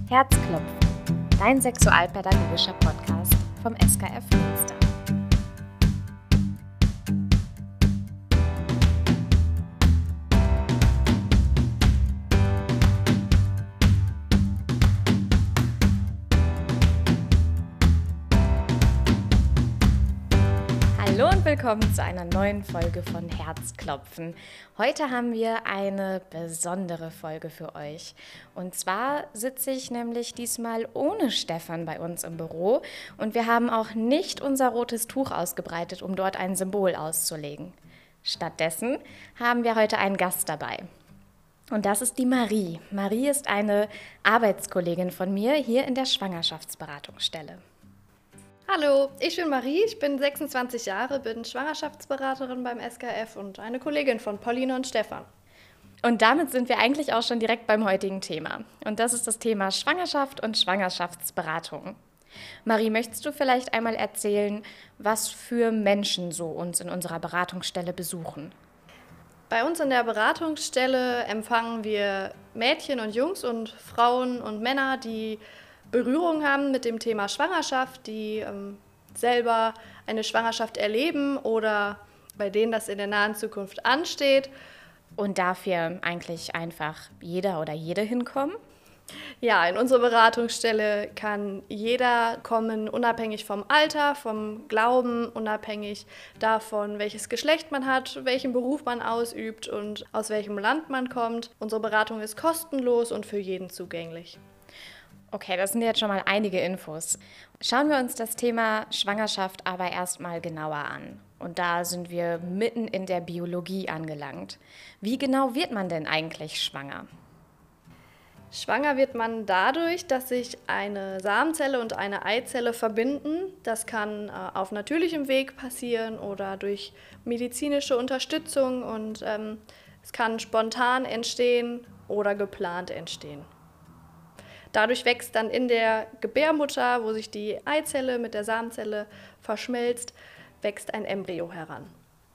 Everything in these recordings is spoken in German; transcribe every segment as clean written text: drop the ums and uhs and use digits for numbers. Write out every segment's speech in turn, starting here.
Herzklopfen, dein sexualpädagogischer Podcast vom SKF Münster. Hallo und willkommen zu einer neuen Folge von Herzklopfen. Heute haben wir eine besondere Folge für euch. Und zwar sitze ich nämlich diesmal ohne Stefan bei uns im Büro und wir haben auch nicht unser rotes Tuch ausgebreitet, um dort ein Symbol auszulegen. Stattdessen haben wir heute einen Gast dabei. Und das ist die Marie. Marie ist eine Arbeitskollegin von mir hier in der Schwangerschaftsberatungsstelle. Hallo, ich bin Marie, ich bin 26 Jahre, bin Schwangerschaftsberaterin beim SKF und eine Kollegin von Pauline und Stefan. Und damit sind wir eigentlich auch schon direkt beim heutigen Thema. Und das ist das Thema Schwangerschaft und Schwangerschaftsberatung. Marie, möchtest du vielleicht einmal erzählen, was für Menschen so uns in unserer Beratungsstelle besuchen? Bei uns in der Beratungsstelle empfangen wir Mädchen und Jungs und Frauen und Männer, die Berührung haben mit dem Thema Schwangerschaft, die selber eine Schwangerschaft erleben oder bei denen das in der nahen Zukunft ansteht. Und darf hier eigentlich einfach jeder oder jede hinkommen? Ja, in unsere Beratungsstelle kann jeder kommen, unabhängig vom Alter, vom Glauben, unabhängig davon, welches Geschlecht man hat, welchen Beruf man ausübt und aus welchem Land man kommt. Unsere Beratung ist kostenlos und für jeden zugänglich. Okay, das sind jetzt schon mal einige Infos. Schauen wir uns das Thema Schwangerschaft aber erstmal genauer an. Und da sind wir mitten in der Biologie angelangt. Wie genau wird man denn eigentlich schwanger? Schwanger wird man dadurch, dass sich eine Samenzelle und eine Eizelle verbinden. Das kann auf natürlichem Weg passieren oder durch medizinische Unterstützung und es kann spontan entstehen oder geplant entstehen. Dadurch wächst dann in der Gebärmutter, wo sich die Eizelle mit der Samenzelle verschmilzt, wächst ein Embryo heran.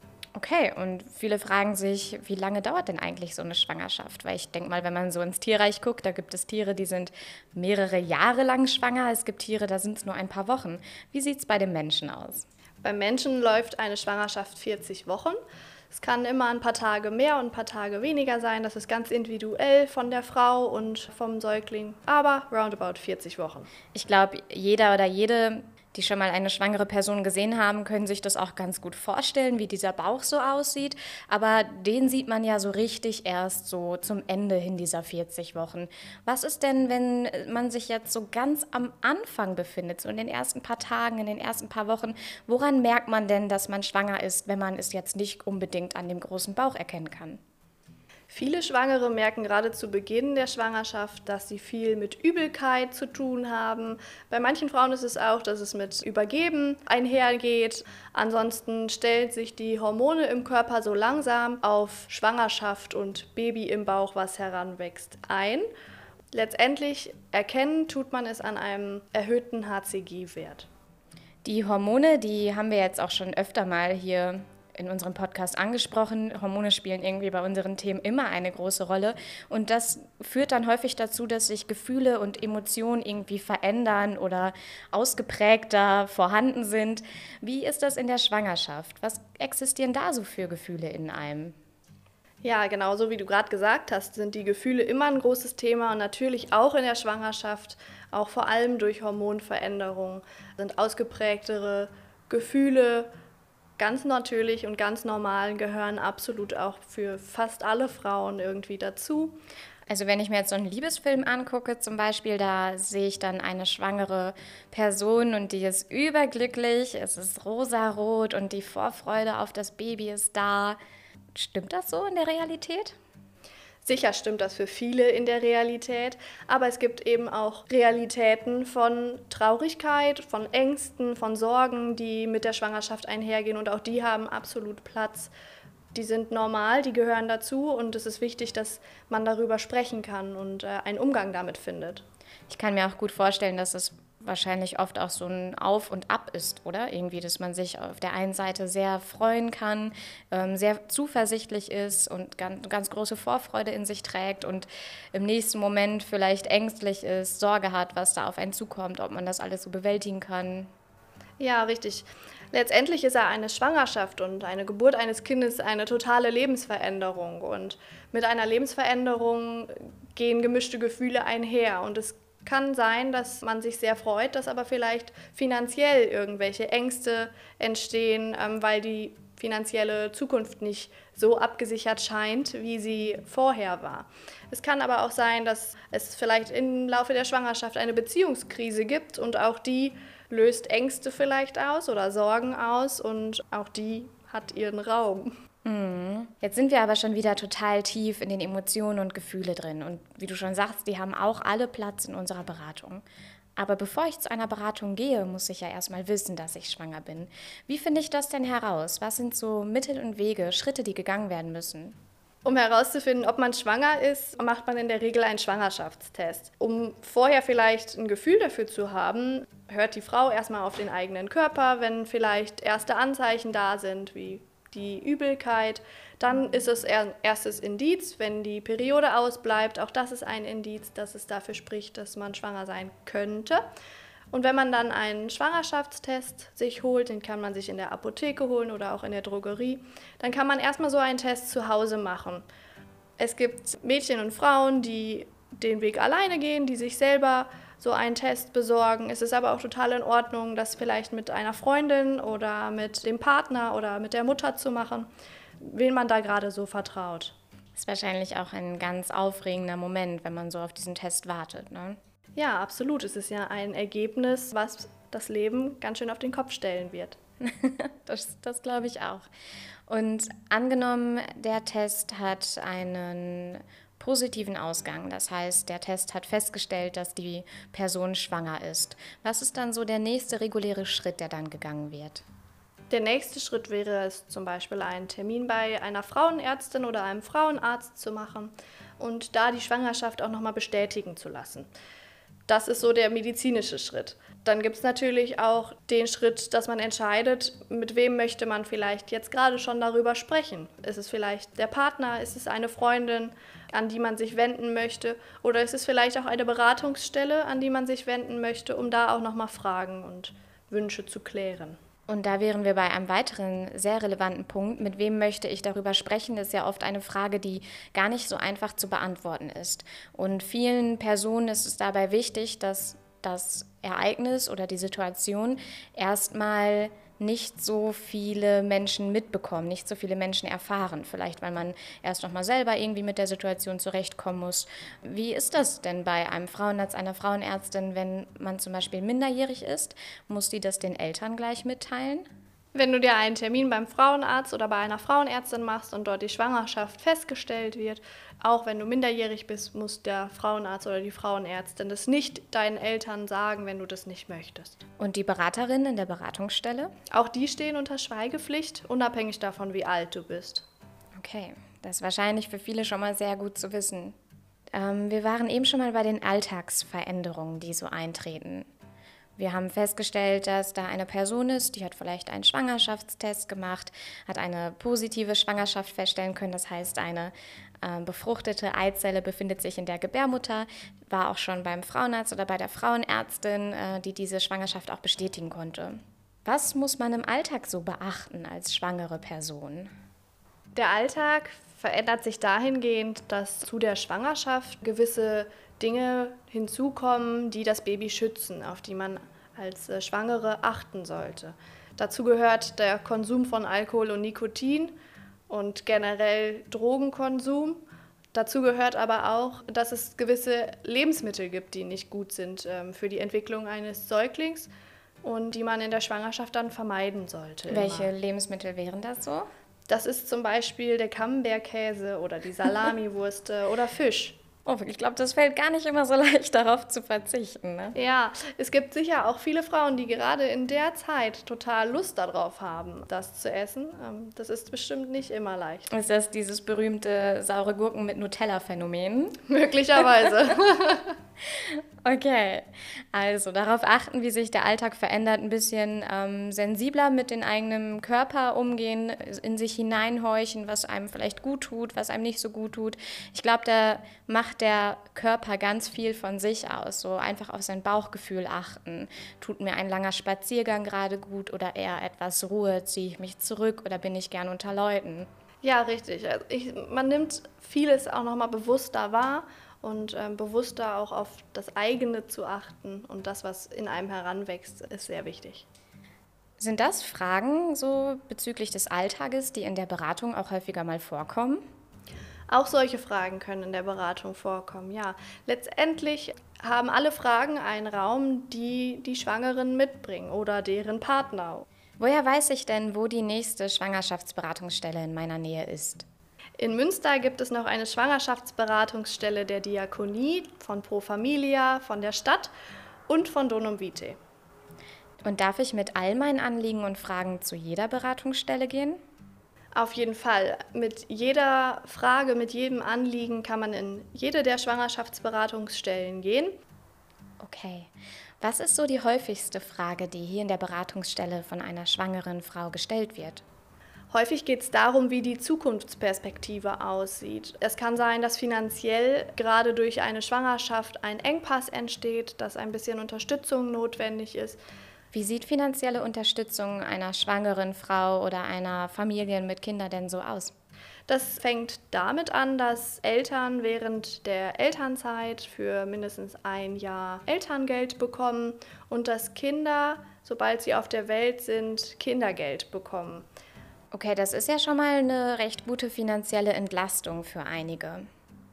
Okay, und viele fragen sich, wie lange dauert denn eigentlich so eine Schwangerschaft? Weil ich denke mal, wenn man so ins Tierreich guckt, da gibt es Tiere, die sind mehrere Jahre lang schwanger. Es gibt Tiere, da sind es nur ein paar Wochen. Wie sieht es bei den Menschen aus? Beim Menschen läuft eine Schwangerschaft 40 Wochen. Es kann immer ein paar Tage mehr und ein paar Tage weniger sein. Das ist ganz individuell von der Frau und vom Säugling, aber roundabout 40 Wochen. Ich glaube, jeder oder jede, die schon mal eine schwangere Person gesehen haben, können sich das auch ganz gut vorstellen, wie dieser Bauch so aussieht. Aber den sieht man ja so richtig erst so zum Ende hin dieser 40 Wochen. Was ist denn, wenn man sich jetzt so ganz am Anfang befindet, so in den ersten paar Tagen, in den ersten paar Wochen? Woran merkt man denn, dass man schwanger ist, wenn man es jetzt nicht unbedingt an dem großen Bauch erkennen kann? Viele Schwangere merken gerade zu Beginn der Schwangerschaft, dass sie viel mit Übelkeit zu tun haben. Bei manchen Frauen ist es auch, dass es mit Übergeben einhergeht. Ansonsten stellt sich die Hormone im Körper so langsam auf Schwangerschaft und Baby im Bauch, was heranwächst, ein. Letztendlich erkennen tut man es an einem erhöhten HCG-Wert. Die Hormone, die haben wir jetzt auch schon öfter mal hier in unserem Podcast angesprochen. Hormone spielen irgendwie bei unseren Themen immer eine große Rolle und das führt dann häufig dazu, dass sich Gefühle und Emotionen irgendwie verändern oder ausgeprägter vorhanden sind. Wie ist das in der Schwangerschaft? Was existieren da so für Gefühle in einem? Ja, genau, so wie du gerade gesagt hast, sind die Gefühle immer ein großes Thema und natürlich auch in der Schwangerschaft, auch vor allem durch Hormonveränderungen, sind ausgeprägtere Gefühle ganz natürlich und ganz normal, gehören absolut auch für fast alle Frauen irgendwie dazu. Also wenn ich mir jetzt so einen Liebesfilm angucke zum Beispiel, da sehe ich dann eine schwangere Person und die ist überglücklich, es ist rosarot und die Vorfreude auf das Baby ist da. Stimmt das so in der Realität? Sicher stimmt das für viele in der Realität, aber es gibt eben auch Realitäten von Traurigkeit, von Ängsten, von Sorgen, die mit der Schwangerschaft einhergehen und auch die haben absolut Platz. Die sind normal, die gehören dazu und es ist wichtig, dass man darüber sprechen kann und einen Umgang damit findet. Ich kann mir auch gut vorstellen, dass es wahrscheinlich oft auch so ein Auf und Ab ist, oder? Irgendwie, dass man sich auf der einen Seite sehr freuen kann, sehr zuversichtlich ist und ganz große Vorfreude in sich trägt und im nächsten Moment vielleicht ängstlich ist, Sorge hat, was da auf einen zukommt, ob man das alles so bewältigen kann. Ja, richtig. Letztendlich ist ja eine Schwangerschaft und eine Geburt eines Kindes eine totale Lebensveränderung. Und mit einer Lebensveränderung gehen gemischte Gefühle einher. Und es kann sein, dass man sich sehr freut, dass aber vielleicht finanziell irgendwelche Ängste entstehen, weil die finanzielle Zukunft nicht so abgesichert scheint, wie sie vorher war. Es kann aber auch sein, dass es vielleicht im Laufe der Schwangerschaft eine Beziehungskrise gibt und auch die löst Ängste vielleicht aus oder Sorgen aus und auch die hat ihren Raum. Jetzt sind wir aber schon wieder total tief in den Emotionen und Gefühle drin. Und wie du schon sagst, die haben auch alle Platz in unserer Beratung. Aber bevor ich zu einer Beratung gehe, muss ich ja erstmal wissen, dass ich schwanger bin. Wie finde ich das denn heraus? Was sind so Mittel und Wege, Schritte, die gegangen werden müssen? Um herauszufinden, ob man schwanger ist, macht man in der Regel einen Schwangerschaftstest. Um vorher vielleicht ein Gefühl dafür zu haben, hört die Frau erstmal auf den eigenen Körper, wenn vielleicht erste Anzeichen da sind, wie die Übelkeit. Dann ist es ein erstes Indiz, wenn die Periode ausbleibt. Auch das ist ein Indiz, dass es dafür spricht, dass man schwanger sein könnte. Und wenn man dann einen Schwangerschaftstest sich holt, den kann man sich in der Apotheke holen oder auch in der Drogerie, dann kann man erstmal so einen Test zu Hause machen. Es gibt Mädchen und Frauen, die den Weg alleine gehen, die sich selber so einen Test besorgen. Es ist aber auch total in Ordnung, das vielleicht mit einer Freundin oder mit dem Partner oder mit der Mutter zu machen, wen man da gerade so vertraut. Das ist wahrscheinlich auch ein ganz aufregender Moment, wenn man so auf diesen Test wartet, ne? Ja, absolut. Es ist ja ein Ergebnis, was das Leben ganz schön auf den Kopf stellen wird. Das glaube ich auch. Und angenommen, der Test hat einen positiven Ausgang. Das heißt, der Test hat festgestellt, dass die Person schwanger ist. Was ist dann so der nächste reguläre Schritt, der dann gegangen wird? Der nächste Schritt wäre es zum Beispiel, einen Termin bei einer Frauenärztin oder einem Frauenarzt zu machen und da die Schwangerschaft auch nochmal bestätigen zu lassen. Das ist so der medizinische Schritt. Dann gibt es natürlich auch den Schritt, dass man entscheidet, mit wem möchte man vielleicht jetzt gerade schon darüber sprechen. Ist es vielleicht der Partner, ist es eine Freundin, an die man sich wenden möchte, oder ist es vielleicht auch eine Beratungsstelle, an die man sich wenden möchte, um da auch nochmal Fragen und Wünsche zu klären. Und da wären wir bei einem weiteren sehr relevanten Punkt. Mit wem möchte ich darüber sprechen? Das ist ja oft eine Frage, die gar nicht so einfach zu beantworten ist. Und vielen Personen ist es dabei wichtig, dass das Ereignis oder die Situation erstmal nicht so viele Menschen mitbekommen, nicht so viele Menschen erfahren. Vielleicht, weil man erst noch mal selber irgendwie mit der Situation zurechtkommen muss. Wie ist das denn bei einem Frauenarzt, einer Frauenärztin, wenn man zum Beispiel minderjährig ist? Muss die das den Eltern gleich mitteilen? Wenn du dir einen Termin beim Frauenarzt oder bei einer Frauenärztin machst und dort die Schwangerschaft festgestellt wird, auch wenn du minderjährig bist, muss der Frauenarzt oder die Frauenärztin das nicht deinen Eltern sagen, wenn du das nicht möchtest. Und die Beraterin in der Beratungsstelle? Auch die stehen unter Schweigepflicht, unabhängig davon, wie alt du bist. Okay, das ist wahrscheinlich für viele schon mal sehr gut zu wissen. Wir waren eben schon mal bei den Alltagsveränderungen, die so eintreten. Wir haben festgestellt, dass da eine Person ist, die hat vielleicht einen Schwangerschaftstest gemacht, hat eine positive Schwangerschaft feststellen können. Das heißt, eine befruchtete Eizelle befindet sich in der Gebärmutter, war auch schon beim Frauenarzt oder bei der Frauenärztin, die diese Schwangerschaft auch bestätigen konnte. Was muss man im Alltag so beachten als schwangere Person? Der Alltag verändert sich dahingehend, dass zu der Schwangerschaft gewisse Dinge hinzukommen, die das Baby schützen, auf die man als Schwangere achten sollte. Dazu gehört der Konsum von Alkohol und Nikotin und generell Drogenkonsum. Dazu gehört aber auch, dass es gewisse Lebensmittel gibt, die nicht gut sind für die Entwicklung eines Säuglings und die man in der Schwangerschaft dann vermeiden sollte. Welche Lebensmittel wären das so? Das ist zum Beispiel der Camembert-Käse oder die Salamiwurst oder Fisch. Oh, ich glaube, das fällt gar nicht immer so leicht, darauf zu verzichten, ne? Ja, es gibt sicher auch viele Frauen, die gerade in der Zeit total Lust darauf haben, das zu essen. Das ist bestimmt nicht immer leicht. Ist das dieses berühmte saure Gurken mit Nutella-Phänomen? Möglicherweise. Okay, also darauf achten, wie sich der Alltag verändert, ein bisschen sensibler mit dem eigenen Körper umgehen, in sich hineinhorchen, was einem vielleicht gut tut, was einem nicht so gut tut. Ich glaube, da macht der Körper ganz viel von sich aus, so einfach auf sein Bauchgefühl achten. Tut mir ein langer Spaziergang gerade gut oder eher etwas Ruhe, ziehe ich mich zurück oder bin ich gern unter Leuten? Ja, richtig. Also man nimmt vieles auch nochmal bewusster wahr und bewusster auch auf das eigene zu achten und das, was in einem heranwächst, ist sehr wichtig. Sind das Fragen so bezüglich des Alltages, die in der Beratung auch häufiger mal vorkommen? Auch solche Fragen können in der Beratung vorkommen, ja. Letztendlich haben alle Fragen einen Raum, die die Schwangeren mitbringen oder deren Partner. Woher weiß ich denn, wo die nächste Schwangerschaftsberatungsstelle in meiner Nähe ist? In Münster gibt es noch eine Schwangerschaftsberatungsstelle der Diakonie, von Pro Familia, von der Stadt und von Donum Vitae. Und darf ich mit all meinen Anliegen und Fragen zu jeder Beratungsstelle gehen? Auf jeden Fall. Mit jeder Frage, mit jedem Anliegen kann man in jede der Schwangerschaftsberatungsstellen gehen. Okay. Was ist so die häufigste Frage, die hier in der Beratungsstelle von einer schwangeren Frau gestellt wird? Häufig geht es darum, wie die Zukunftsperspektive aussieht. Es kann sein, dass finanziell gerade durch eine Schwangerschaft ein Engpass entsteht, dass ein bisschen Unterstützung notwendig ist. Wie sieht finanzielle Unterstützung einer schwangeren Frau oder einer Familie mit Kindern denn so aus? Das fängt damit an, dass Eltern während der Elternzeit für mindestens ein Jahr Elterngeld bekommen und dass Kinder, sobald sie auf der Welt sind, Kindergeld bekommen. Okay, das ist ja schon mal eine recht gute finanzielle Entlastung für einige.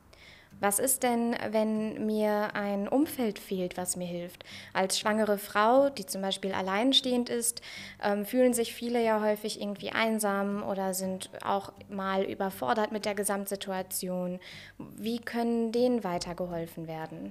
Was ist denn, wenn mir ein Umfeld fehlt, was mir hilft? Als schwangere Frau, die zum Beispiel alleinstehend ist, fühlen sich viele ja häufig irgendwie einsam oder sind auch mal überfordert mit der Gesamtsituation. Wie können denen weitergeholfen werden?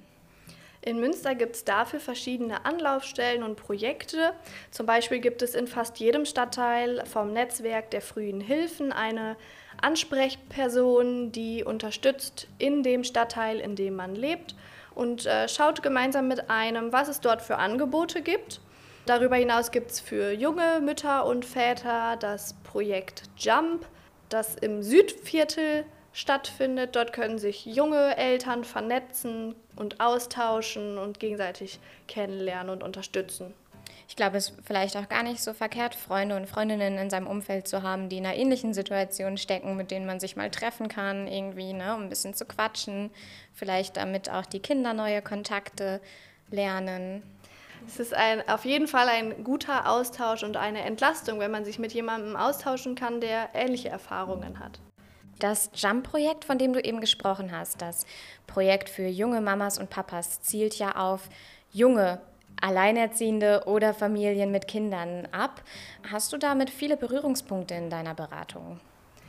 In Münster gibt es dafür verschiedene Anlaufstellen und Projekte. Zum Beispiel gibt es in fast jedem Stadtteil vom Netzwerk der frühen Hilfen eine Ansprechperson, die unterstützt in dem Stadtteil, in dem man lebt und schaut gemeinsam mit einem, was es dort für Angebote gibt. Darüber hinaus gibt es für junge Mütter und Väter das Projekt Jump, das im Südviertel stattfindet. Dort können sich junge Eltern vernetzen und austauschen und gegenseitig kennenlernen und unterstützen. Ich glaube, es ist vielleicht auch gar nicht so verkehrt, Freunde und Freundinnen in seinem Umfeld zu haben, die in einer ähnlichen Situation stecken, mit denen man sich mal treffen kann, irgendwie, ne, um ein bisschen zu quatschen. Vielleicht damit auch die Kinder neue Kontakte lernen. Es ist auf jeden Fall ein guter Austausch und eine Entlastung, wenn man sich mit jemandem austauschen kann, der ähnliche Erfahrungen hat. Das JUMP-Projekt, von dem du eben gesprochen hast, das Projekt für junge Mamas und Papas, zielt ja auf junge Alleinerziehende oder Familien mit Kindern ab. Hast du damit viele Berührungspunkte in deiner Beratung?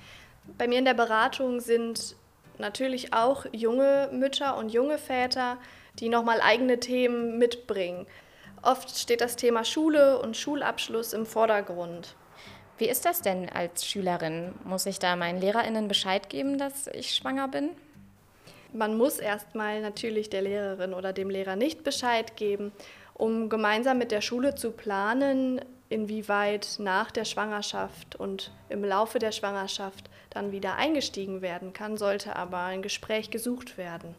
Bei mir in der Beratung sind natürlich auch junge Mütter und junge Väter, die nochmal eigene Themen mitbringen. Oft steht das Thema Schule und Schulabschluss im Vordergrund. Wie ist das denn als Schülerin? Muss ich da meinen LehrerInnen Bescheid geben, dass ich schwanger bin? Man muss erstmal natürlich der Lehrerin oder dem Lehrer nicht Bescheid geben, um gemeinsam mit der Schule zu planen, inwieweit nach der Schwangerschaft und im Laufe der Schwangerschaft dann wieder eingestiegen werden kann, sollte aber ein Gespräch gesucht werden.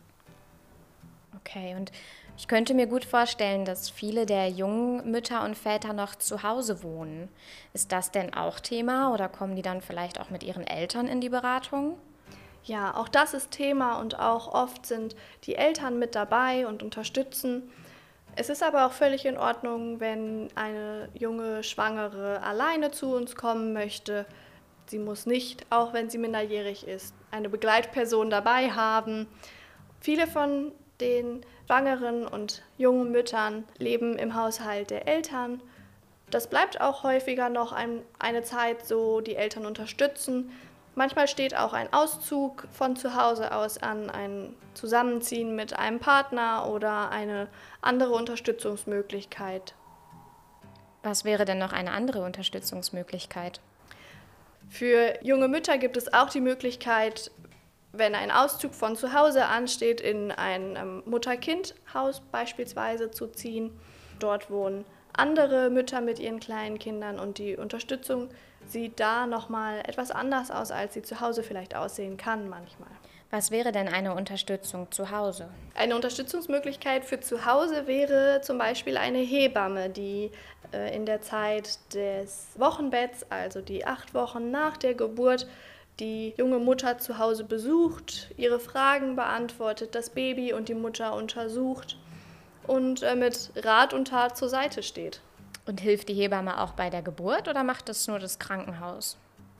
Okay, und ich könnte mir gut vorstellen, dass viele der jungen Mütter und Väter noch zu Hause wohnen. Ist das denn auch Thema oder kommen die dann vielleicht auch mit ihren Eltern in die Beratung? Ja, auch das ist Thema und auch oft sind die Eltern mit dabei und unterstützen. Es ist aber auch völlig in Ordnung, wenn eine junge Schwangere alleine zu uns kommen möchte. Sie muss nicht, auch wenn sie minderjährig ist, eine Begleitperson dabei haben. Viele von den Schwangeren und jungen Müttern leben im Haushalt der Eltern. Das bleibt auch häufiger noch eine Zeit so, die Eltern unterstützen. Manchmal steht auch ein Auszug von zu Hause aus an, ein Zusammenziehen mit einem Partner oder eine andere Unterstützungsmöglichkeit. Was wäre denn noch eine andere Unterstützungsmöglichkeit? Für junge Mütter gibt es auch die Möglichkeit, wenn ein Auszug von zu Hause ansteht, in ein Mutter-Kind-Haus beispielsweise zu ziehen. Dort wohnen andere Mütter mit ihren kleinen Kindern und die Unterstützung sieht da nochmal etwas anders aus, als sie zu Hause vielleicht aussehen kann manchmal. Was wäre denn eine Unterstützung zu Hause? Eine Unterstützungsmöglichkeit für zu Hause wäre zum Beispiel eine Hebamme, die in der Zeit des Wochenbetts, also die 8 Wochen nach der Geburt, die junge Mutter zu Hause besucht, ihre Fragen beantwortet, das Baby und die Mutter untersucht und mit Rat und Tat zur Seite steht. Und hilft die Hebamme auch bei der Geburt oder macht das nur das Krankenhaus?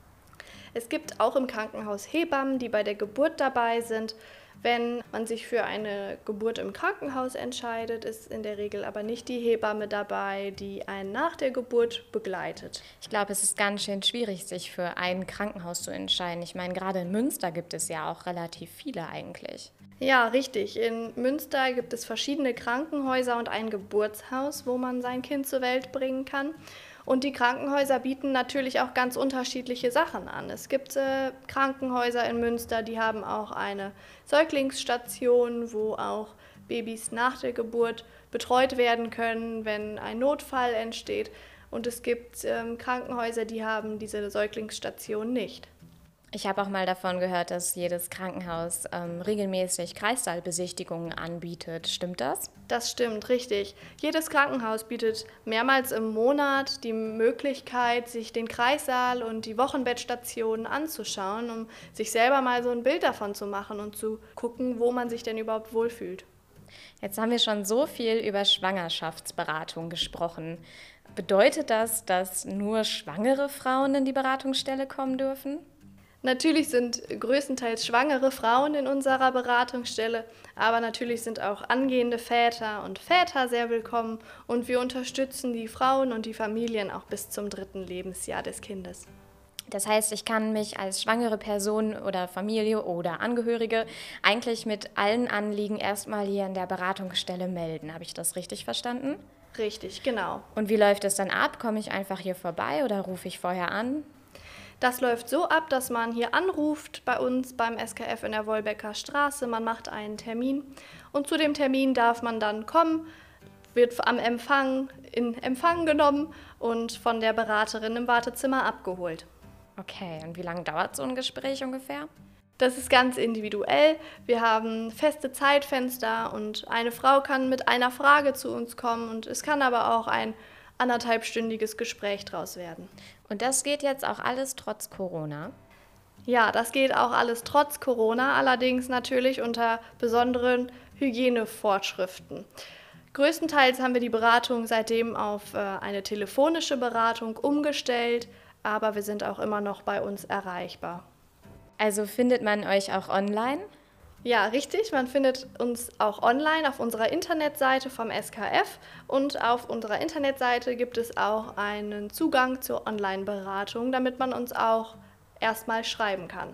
Es gibt auch im Krankenhaus Hebammen, die bei der Geburt dabei sind. Wenn man sich für eine Geburt im Krankenhaus entscheidet, ist in der Regel aber nicht die Hebamme dabei, die einen nach der Geburt begleitet. Ich glaube, es ist ganz schön schwierig, sich für ein Krankenhaus zu entscheiden. Ich meine, gerade in Münster gibt es ja auch relativ viele eigentlich. Ja, richtig. In Münster gibt es verschiedene Krankenhäuser und ein Geburtshaus, wo man sein Kind zur Welt bringen kann. Und die Krankenhäuser bieten natürlich auch ganz unterschiedliche Sachen an. Es gibt Krankenhäuser in Münster, die haben auch eine Säuglingsstation, wo auch Babys nach der Geburt betreut werden können, wenn ein Notfall entsteht. Und es gibt Krankenhäuser, die haben diese Säuglingsstation nicht. Ich habe auch mal davon gehört, dass jedes Krankenhaus regelmäßig Kreissaalbesichtigungen anbietet. Stimmt das? Das stimmt, richtig. Jedes Krankenhaus bietet mehrmals im Monat die Möglichkeit, sich den Kreissaal und die Wochenbettstationen anzuschauen, um sich selber mal so ein Bild davon zu machen und zu gucken, wo man sich denn überhaupt wohlfühlt. Jetzt haben wir schon so viel über Schwangerschaftsberatung gesprochen. Bedeutet das, dass nur schwangere Frauen in die Beratungsstelle kommen dürfen? Natürlich sind größtenteils schwangere Frauen in unserer Beratungsstelle, aber natürlich sind auch angehende Väter und Väter sehr willkommen und wir unterstützen die Frauen und die Familien auch bis zum 3. Lebensjahr des Kindes. Das heißt, ich kann mich als schwangere Person oder Familie oder Angehörige eigentlich mit allen Anliegen erstmal hier in der Beratungsstelle melden. Habe ich das richtig verstanden? Richtig, genau. Und wie läuft es dann ab? Komme ich einfach hier vorbei oder rufe ich vorher an? Das läuft so ab, dass man hier anruft bei uns beim SKF in der Wolbecker Straße. Man macht einen Termin und zu dem Termin darf man dann kommen, wird am Empfang in Empfang genommen und von der Beraterin im Wartezimmer abgeholt. Okay, und wie lange dauert so ein Gespräch ungefähr? Das ist ganz individuell. Wir haben feste Zeitfenster und eine Frau kann mit einer Frage zu uns kommen und es kann aber auch ein 1,5-stündiges Gespräch draus werden. Und das geht jetzt auch alles trotz Corona? Ja, das geht auch alles trotz Corona, allerdings natürlich unter besonderen Hygienevorschriften. Größtenteils haben wir die Beratung seitdem auf eine telefonische Beratung umgestellt, aber wir sind auch immer noch bei uns erreichbar. Also findet man euch auch online? Ja, richtig. Man findet uns auch online auf unserer Internetseite vom SKF und auf unserer Internetseite gibt es auch einen Zugang zur Online-Beratung, damit man uns auch erstmal schreiben kann.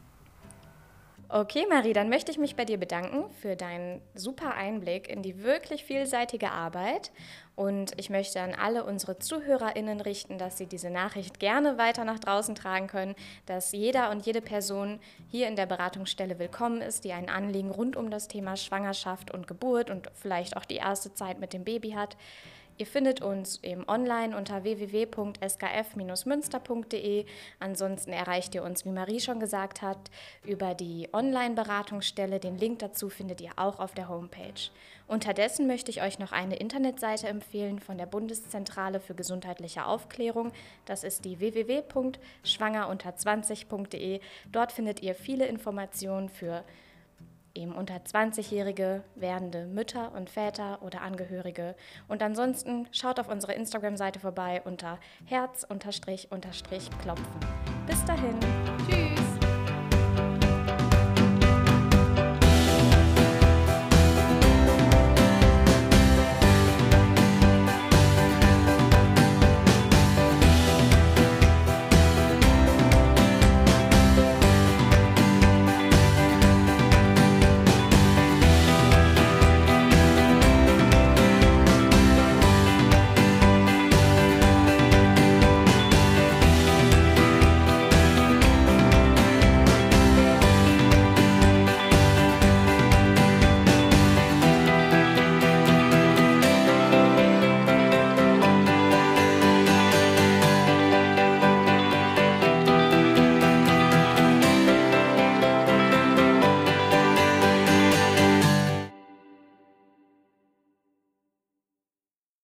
Okay, Marie, dann möchte ich mich bei dir bedanken für deinen super Einblick in die wirklich vielseitige Arbeit. Und ich möchte an alle unsere ZuhörerInnen richten, dass sie diese Nachricht gerne weiter nach draußen tragen können, dass jeder und jede Person hier in der Beratungsstelle willkommen ist, die ein Anliegen rund um das Thema Schwangerschaft und Geburt und vielleicht auch die erste Zeit mit dem Baby hat. Ihr findet uns eben online unter www.skf-münster.de. Ansonsten erreicht ihr uns, wie Marie schon gesagt hat, über die Online-Beratungsstelle. Den Link dazu findet ihr auch auf der Homepage. Unterdessen möchte ich euch noch eine Internetseite empfehlen von der Bundeszentrale für gesundheitliche Aufklärung. Das ist die www.schwangerunter20.de. Dort findet ihr viele Informationen für eben unter 20-jährige werdende Mütter und Väter oder Angehörige. Und ansonsten schaut auf unsere Instagram-Seite vorbei unter Herz__klopfen. Bis dahin. Tschüss.